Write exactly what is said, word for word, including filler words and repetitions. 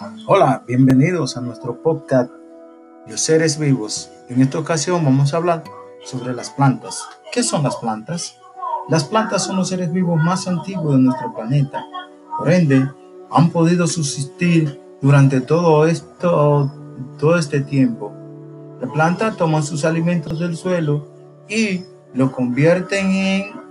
Hola, bienvenidos a nuestro podcast Los seres vivos. En esta ocasión vamos a hablar sobre las plantas. ¿Qué son las plantas? Las plantas son los seres vivos más antiguos de nuestro planeta. Por ende, han podido subsistir durante todo esto, todo este tiempo. Las plantas toman sus alimentos del suelo y lo convierten en